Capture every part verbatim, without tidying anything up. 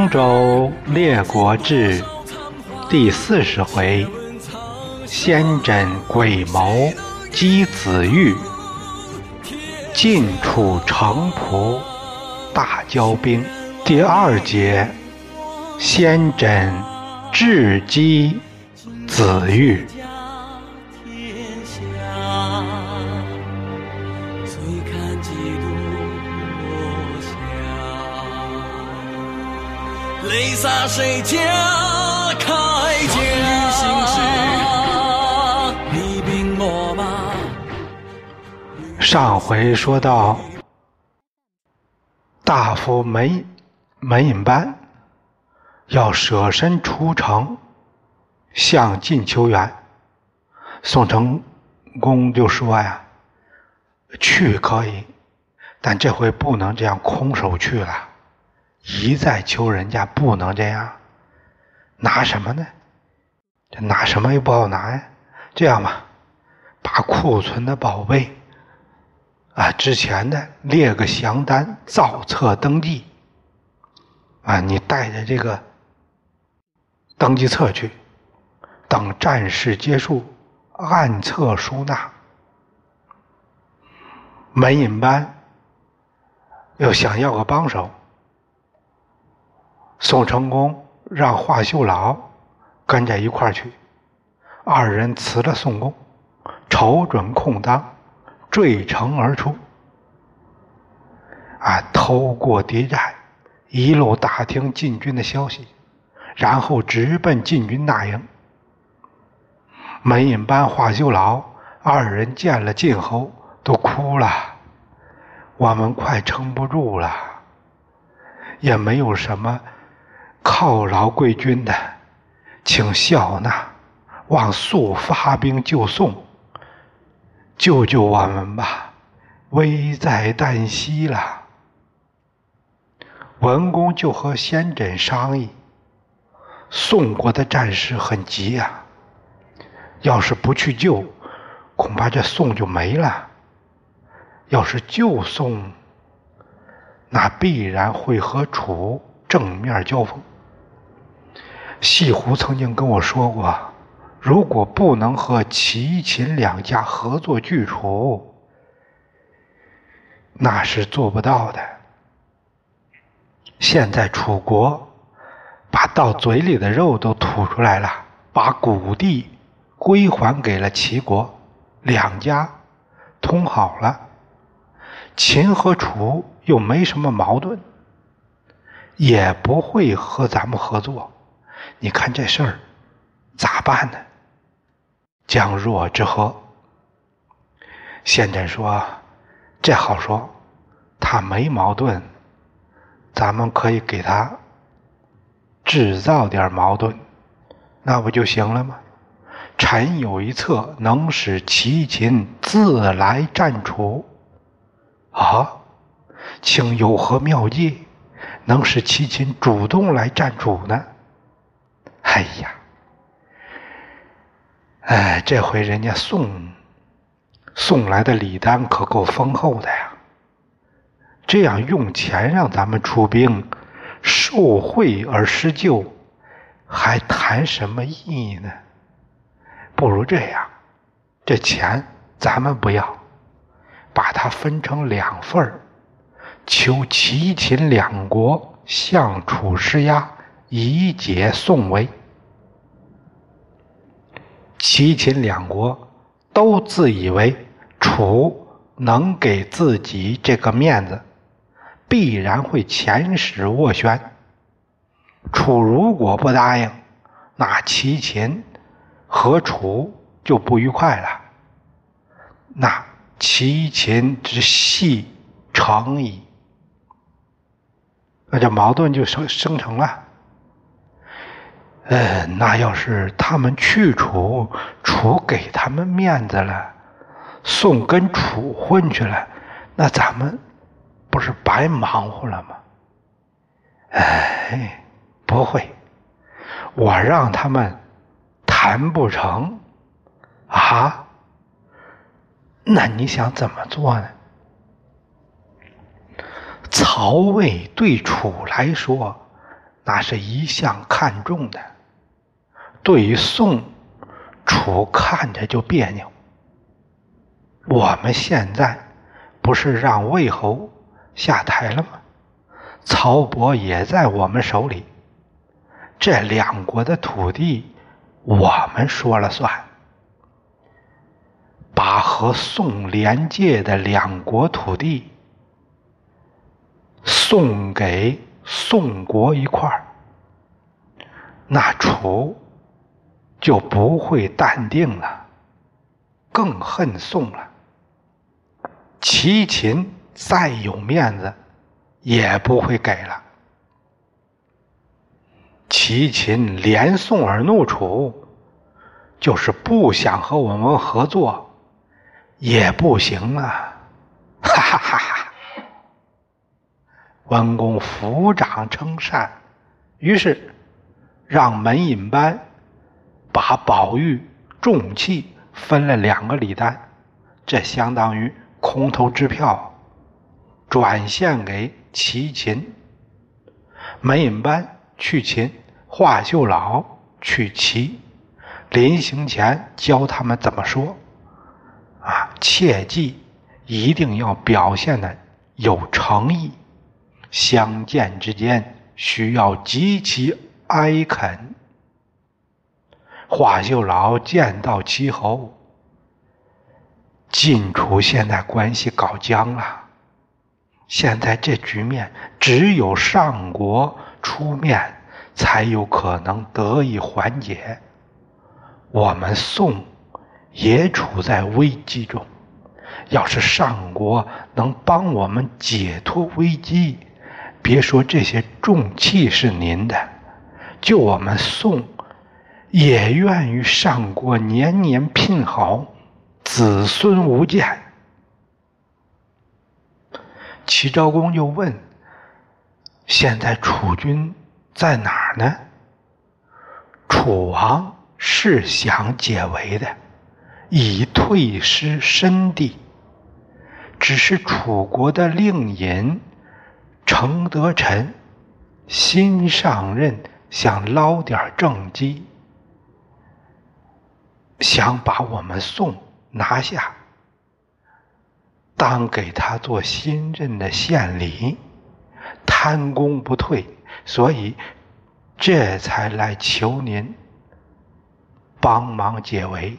扬州列国志第四十回，先轸鬼谋击子玉，晋楚城仆大交兵。第二节，先轸智击子玉。 泪洒谁家铠甲，你兵秣马。 上回说到，大夫门门尹班要舍身出城向晋求援，宋成公就说呀，去可以，但这回不能这样空手去了，一再求人家不能这样，拿什么呢？这拿什么也不好拿呀。这样吧，把库存的宝贝啊，之前的列个详单，造册登记啊，你带着这个登记册去，等战事结束，按册输纳。门尹班又想要个帮手，宋成公让华秀老跟着一块儿去，二人辞了宋公，瞅准空当，坠城而出，啊，偷过敌寨，一路打听晋军的消息，然后直奔晋军大营。门尹班、华秀老二人见了晋侯，都哭了，我们快撑不住了，也没有什么犒劳贵军的，请笑纳，望速发兵救宋，救救我们吧，危在旦夕了。文公就和先轸商议，宋国的战事很急啊，要是不去救，恐怕这宋就没了。要是救宋，那必然会和楚正面交锋。西湖曾经跟我说过，如果不能和齐秦两家合作拒楚，那是做不到的。现在楚国把到嘴里的肉都吐出来了，把谷地归还给了齐国，两家通好了，秦和楚又没什么矛盾，也不会和咱们合作。你看这事儿咋办呢？将若之何？先轸说，这好说，他没矛盾，咱们可以给他制造点矛盾，那不就行了吗？臣有一策，能使齐秦自来战楚。啊，请有何妙计，能使齐秦主动来战楚呢？哎呀，哎，这回人家送送来的礼单可够丰厚的呀，这样用钱让咱们出兵，受贿而施救，还谈什么意义呢？不如这样，这钱咱们不要，把它分成两份儿，求齐秦两国向楚施压，以解宋围。齐秦两国都自以为楚能给自己这个面子，必然会遣使斡旋。楚如果不答应，那齐秦和楚就不愉快了，那齐秦之系成矣，那这矛盾就生生成了。呃，那要是他们去楚，楚给他们面子了，宋跟楚混去了，那咱们不是白忙活了吗？哎，不会，我让他们谈不成啊，那你想怎么做呢？曹魏对楚来说， 那是一向看重的。对于宋，楚看着就别扭。我们现在不是让魏侯下台了吗？曹伯也在我们手里，这两国的土地我们说了算。把和宋连界的两国土地送给宋国一块儿，那楚就不会淡定了，更恨宋了。齐秦再有面子也不会给了。齐秦连宋而怒楚，就是不想和我们合作也不行啊！哈哈哈哈！文公抚掌称善，于是让门尹班把宝玉重器分了两个礼单，这相当于空头支票，转献给齐秦。门尹班去秦，华秀老去齐，临行前教他们怎么说啊，切记一定要表现的有诚意，相见之间需要极其哀恳。华秀老见到齐侯，晋楚现在关系搞僵了，现在这局面只有上国出面才有可能得以缓解，我们宋也处在危机中，要是上国能帮我们解脱危机，别说这些重器是您的，就我们宋也愿与上国年年聘好，子孙无间。齐昭公就问，现在楚军在哪儿呢？楚王是想解围的，以退失身地，只是楚国的令尹程德臣新上任，想捞点政绩，想把我们宋拿下，当给他做新任的县令，贪功不退，所以这才来求您帮忙解围。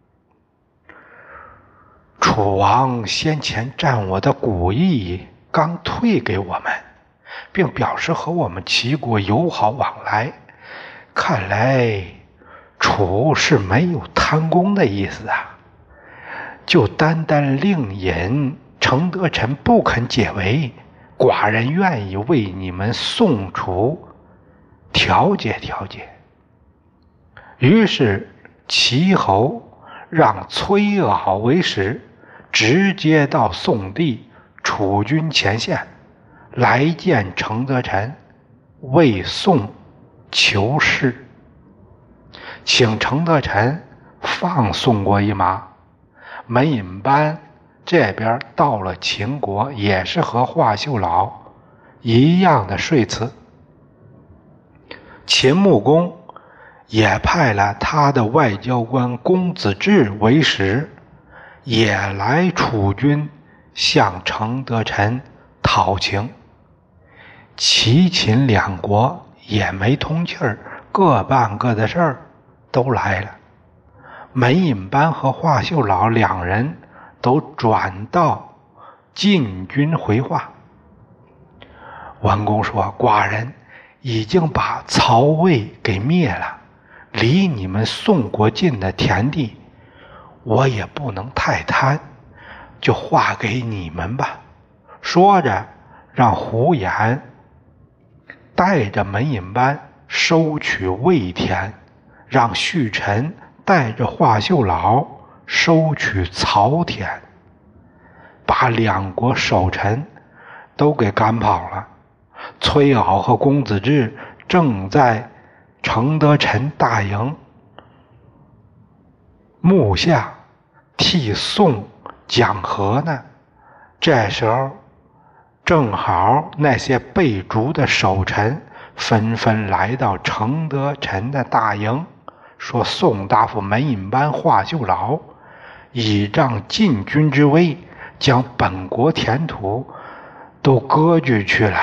楚王先前占我的古邑刚退给我们，并表示和我们齐国友好往来，看来楚是没有贪功的意思啊。就单单令尹程德臣不肯解围，寡人愿意为你们宋楚调解调解。于是齐侯让崔敖为使，直接到宋地楚军前线来见程德臣，为宋求事，请程德臣放宋国一马。门尹班这边到了秦国，也是和华秀老一样的说辞。秦穆公也派了他的外交官公子至为使，也来楚军向程德臣讨情。齐秦两国也没通气儿，各办各的事儿，都来了。门尹班和华秀老两人都转到晋军回话。文公说，寡人已经把曹魏给灭了，离你们宋国近的田地我也不能太贪，就划给你们吧。说着让胡衍带着门尹班收取魏田，让胥臣带着华秀老收取曹田，把两国守臣都给赶跑了。崔敖和公子至正在程德臣大营幕下替宋讲和呢。这时候正好那些被逐的守臣纷纷来到程德臣的大营，说宋大夫门尹班华秀老倚仗禁军之威，将本国田土都割据去了。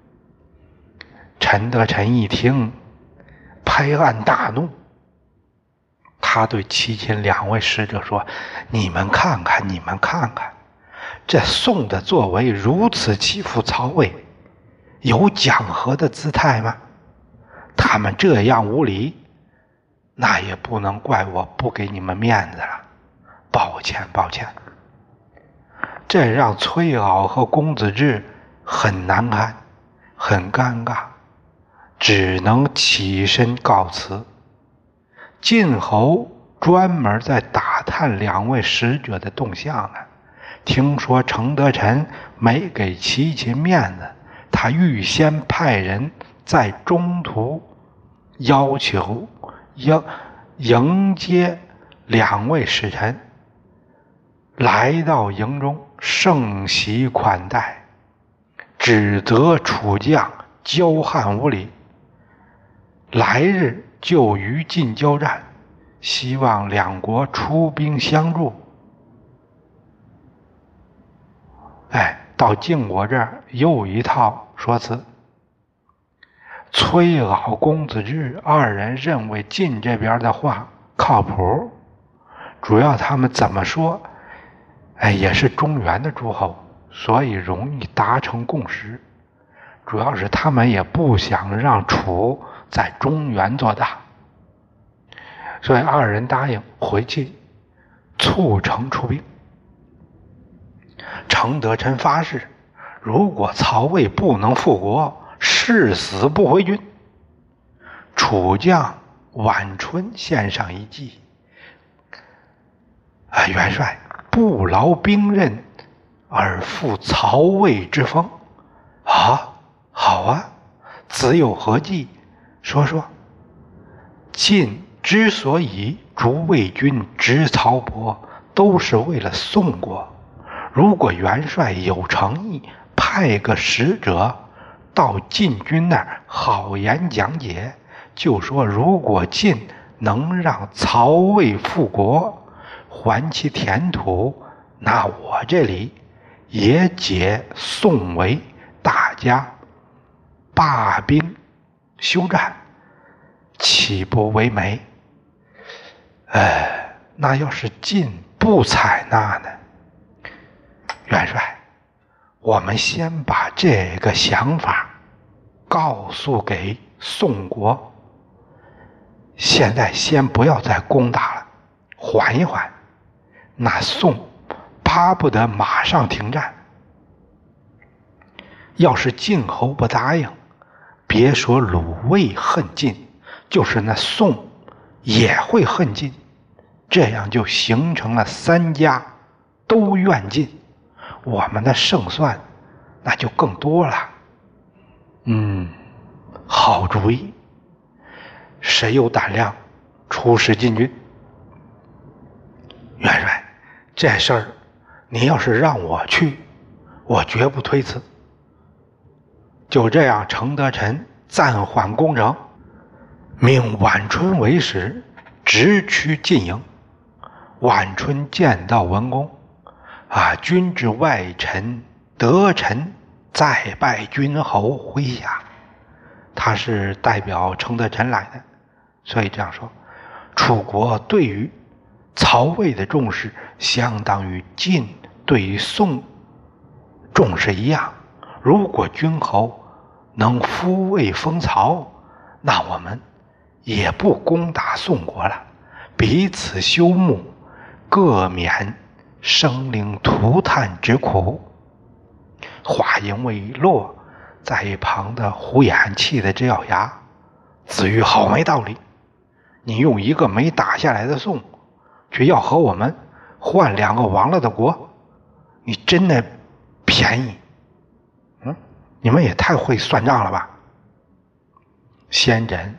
陈德臣一听，拍案大怒，他对齐秦两位使者说：你们看看，你们看看，这宋的作为如此欺负曹魏，有讲和的姿态吗？他们这样无礼，那也不能怪我不给你们面子了，抱歉抱歉。这让崔骜和公子至很难堪，很尴尬，只能起身告辞。晋侯专门在打探两位使者的动向呢，听说程德臣没给齐秦面子，他预先派人在中途要求要迎接两位使臣，来到营中盛席款待，指责楚将骄悍无礼，来日就与晋交战，希望两国出兵相助。哎，到晋国这儿又一套说辞。崔骜、公子至二人认为晋这边的话靠谱，主要他们怎么说，哎，也是中原的诸侯，所以容易达成共识。主要是他们也不想让楚在中原做大，所以二人答应回去促成出兵。程德臣发誓，如果曹魏不能复国，誓死不回军。楚将晚春献上一计，啊，元帅不劳兵刃而复曹魏之风。啊，好啊，子有何计？说说。晋之所以逐魏军执曹伯，都是为了宋国。如果元帅有诚意，派个使者到晋军那儿好言讲解，就说如果晋能让曹魏复国，还其田土，那我这里也解宋为，大家罢兵休战，岂不为美？呃，那要是晋不采纳呢？元帅，我们先把这个想法告诉给宋国，现在先不要再攻打了，缓一缓。那宋巴不得马上停战。要是晋侯不答应，别说鲁魏恨晋，就是那宋也会恨晋，这样就形成了三家都怨晋，我们的胜算那就更多了。嗯，好主意。谁有胆量出使晋军？元帅，这事儿你要是让我去，我绝不推辞。就这样，程德臣暂缓攻城，命晚春为使，直趋晋营。晚春见到文公，啊，君之外臣德臣再拜君侯麾下。他是代表程德臣来的，所以这样说，楚国对于曹魏的重视，相当于晋对于宋重视一样。如果君侯能复魏封曹，那我们也不攻打宋国了，彼此休睦，各免生灵涂炭之苦。话音未落，在一旁的胡眼气得直咬牙。子玉好没道理，你用一个没打下来的宋，却要和我们换两个亡了的国，你真的便宜？嗯，你们也太会算账了吧？先轸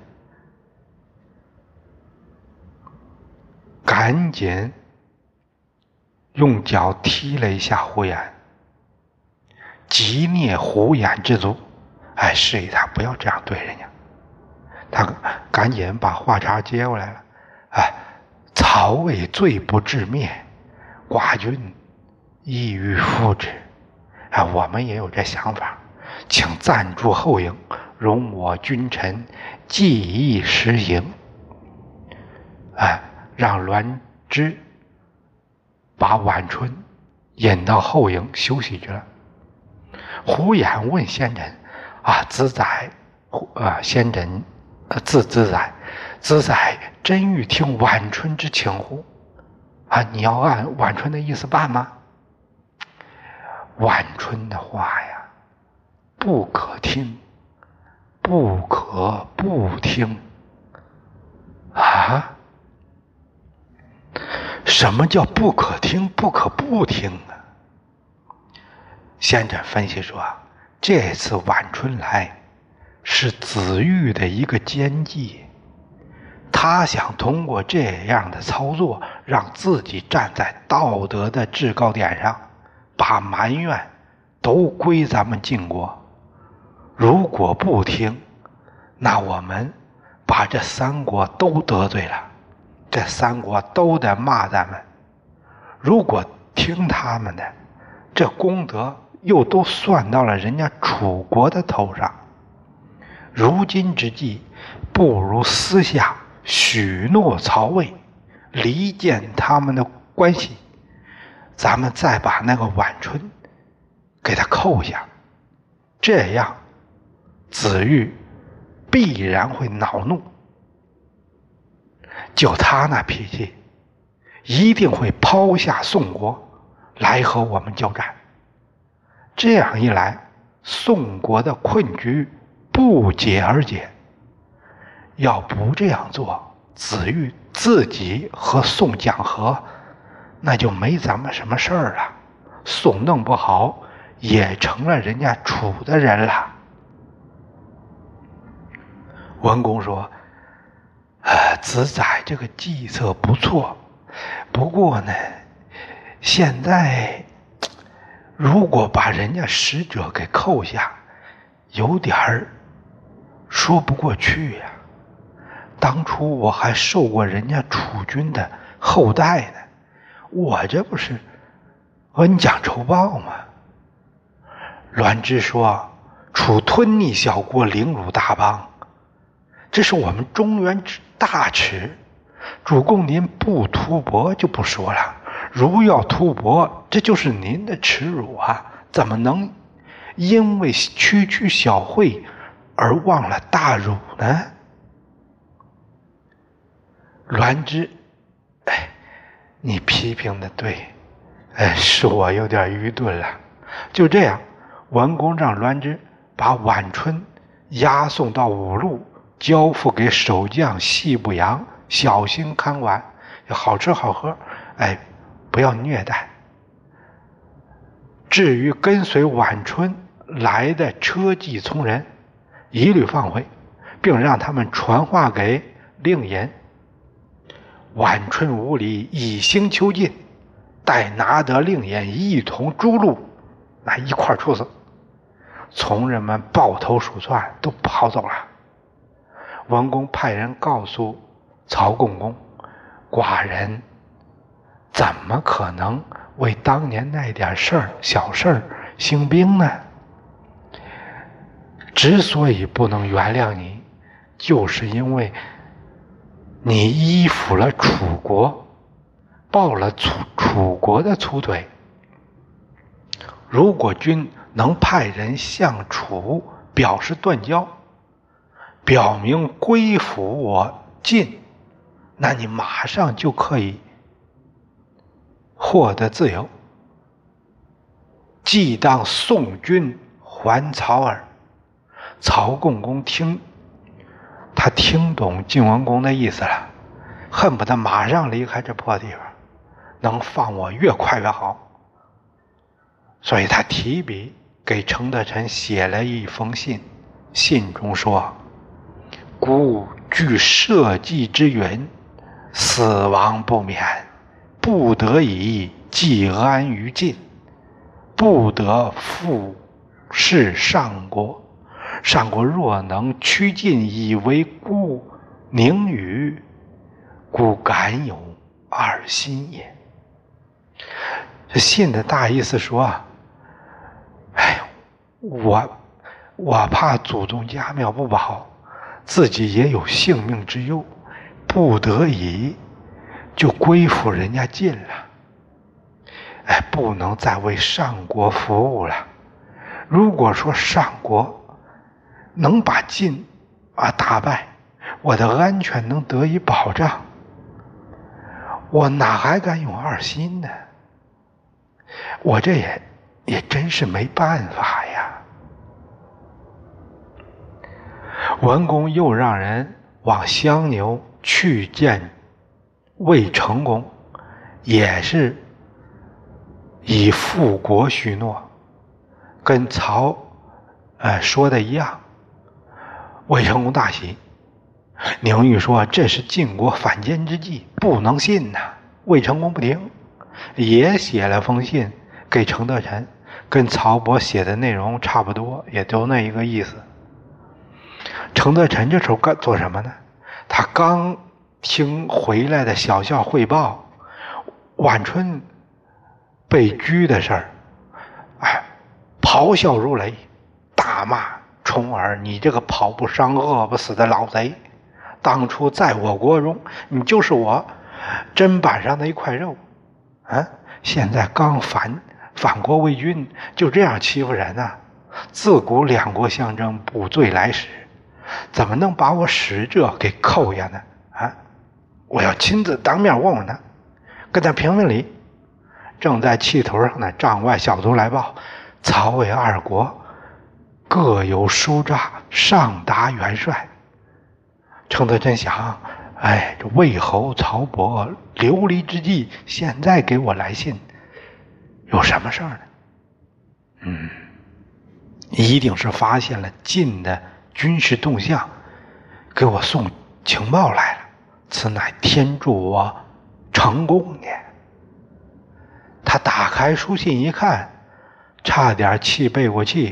赶紧用脚踢了一下胡眼，击灭胡眼之卒。 哎，示意他不要这样对人家。他赶紧把话茬接过来了。哎，曹魏罪不至灭，寡君意欲复之。哎，我们也有这想法，请暂住后营，容我君臣计议实行。哎，让栾枝把晚春引到后营休息去了。胡衍问先轸啊，子载啊，先轸呃字子载，子载真欲听晚春之请乎？啊，你要按晚春的意思办吗？晚春的话呀，不可听，不可不听啊！什么叫不可听，不可不听啊？先轸分析说，这次晚春来是子玉的一个奸计，他想通过这样的操作，让自己站在道德的制高点上，把埋怨都归咱们晋国。如果不听，那我们把这三国都得罪了，这三国都得骂咱们。如果听他们的，这功德又都算到了人家楚国的头上。如今之计，不如私下许诺曹魏，离间他们的关系，咱们再把那个晚春给他扣下，这样子玉必然会恼怒，就他那脾气，一定会抛下宋国来和我们交战。这样一来，宋国的困局不解而解。要不这样做，子玉自己和宋讲和，那就没咱们什么事儿了。宋弄不好，也成了人家楚的人了。文公说：“呃，子载这个计策不错，不过呢，现在如果把人家使者给扣下，有点儿说不过去呀。当初我还受过人家楚军的后代呢，我这不是恩将仇报吗？”栾枝说：“楚吞逆小国，凌辱大邦，这是我们中原之大耻。主公您不图薄就不说了，如要图薄，这就是您的耻辱啊！怎么能因为区区小惠而忘了大辱呢？”栾枝，哎，你批评的对，哎，是我有点愚钝了。就这样，文公让栾枝把晚春押送到五路，交付给守将系不阳，小心看管，好吃好喝，哎，不要虐待。至于跟随晚春来的车骑从人，一律放回，并让他们传话给令尹。晚春无礼，以刑囚禁，待拿得令尹一同诛戮，那一块处死。从人们抱头鼠窜，都跑走了。文公派人告诉曹共公，寡人怎么可能为当年那点事儿小事儿兴兵呢？之所以不能原谅你，就是因为你依附了楚国，抱了楚楚国的粗腿。如果君能派人向楚表示断交，表明归附我晋，那你马上就可以获得自由，既当宋君还曹耳。曹共公听他听懂晋文公的意思了，恨不得马上离开这破地方，能放我越快越好。所以他提笔给程德臣写了一封信，信中说：“孤据社稷之允，死亡不免，不得已寄安于晋，不得复事上国。 上国若能趋近以为故宁与，故敢有二心也。这信的大意思说啊，哎，我我怕祖宗家庙不保，自己也有性命之忧，不得已就归附人家晋了，哎，不能再为上国服务了。如果说上国能把晋啊打败，我的安全能得以保障，我哪还敢有二心呢？我这也也真是没办法呀。文公又让人往襄牛去见魏成公，也是以复国许诺，跟曹呃说的一样。魏成公大喜，宁玉说这是晋国反间之计，不能信呐、啊。魏成功不听，也写了封信给程德臣，跟曹伯写的内容差不多，也就那一个意思。程德臣这时候干做什么呢？他刚听回来的小校汇报晚春被拘的事儿，哎，咆哮如雷，大骂重耳，你这个跑不伤饿不死的老贼！当初在我国中，你就是我砧板上的一块肉，啊！现在刚反反国为君，就这样欺负人啊！自古两国相争，不罪来使，怎么能把我使者给扣下呢？啊！我要亲自当面问问他，跟他评评理。正在气头上呢，帐外小卒来报，曹魏二国各有书札上达元帅。程德臣想，哎，这魏侯曹伯流离之际，现在给我来信，有什么事儿呢？嗯，一定是发现了晋的军事动向，给我送情报来了。此乃天助我成功呢。他打开书信一看，差点气背过气，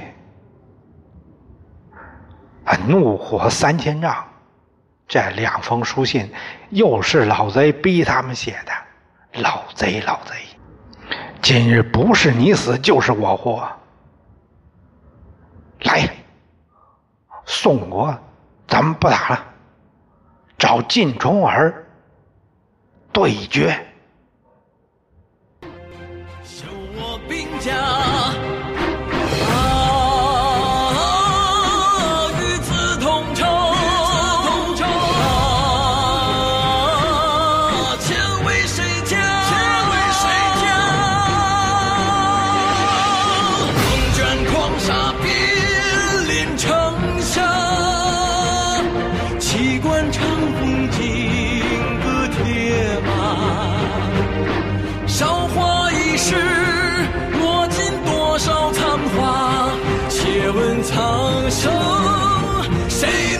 他怒火三千丈。这两封书信又是老贼逼他们写的，老贼老贼，今日不是你死就是我活。来，宋国咱们不打了，找晋重耳对决。 修我兵家苍生，谁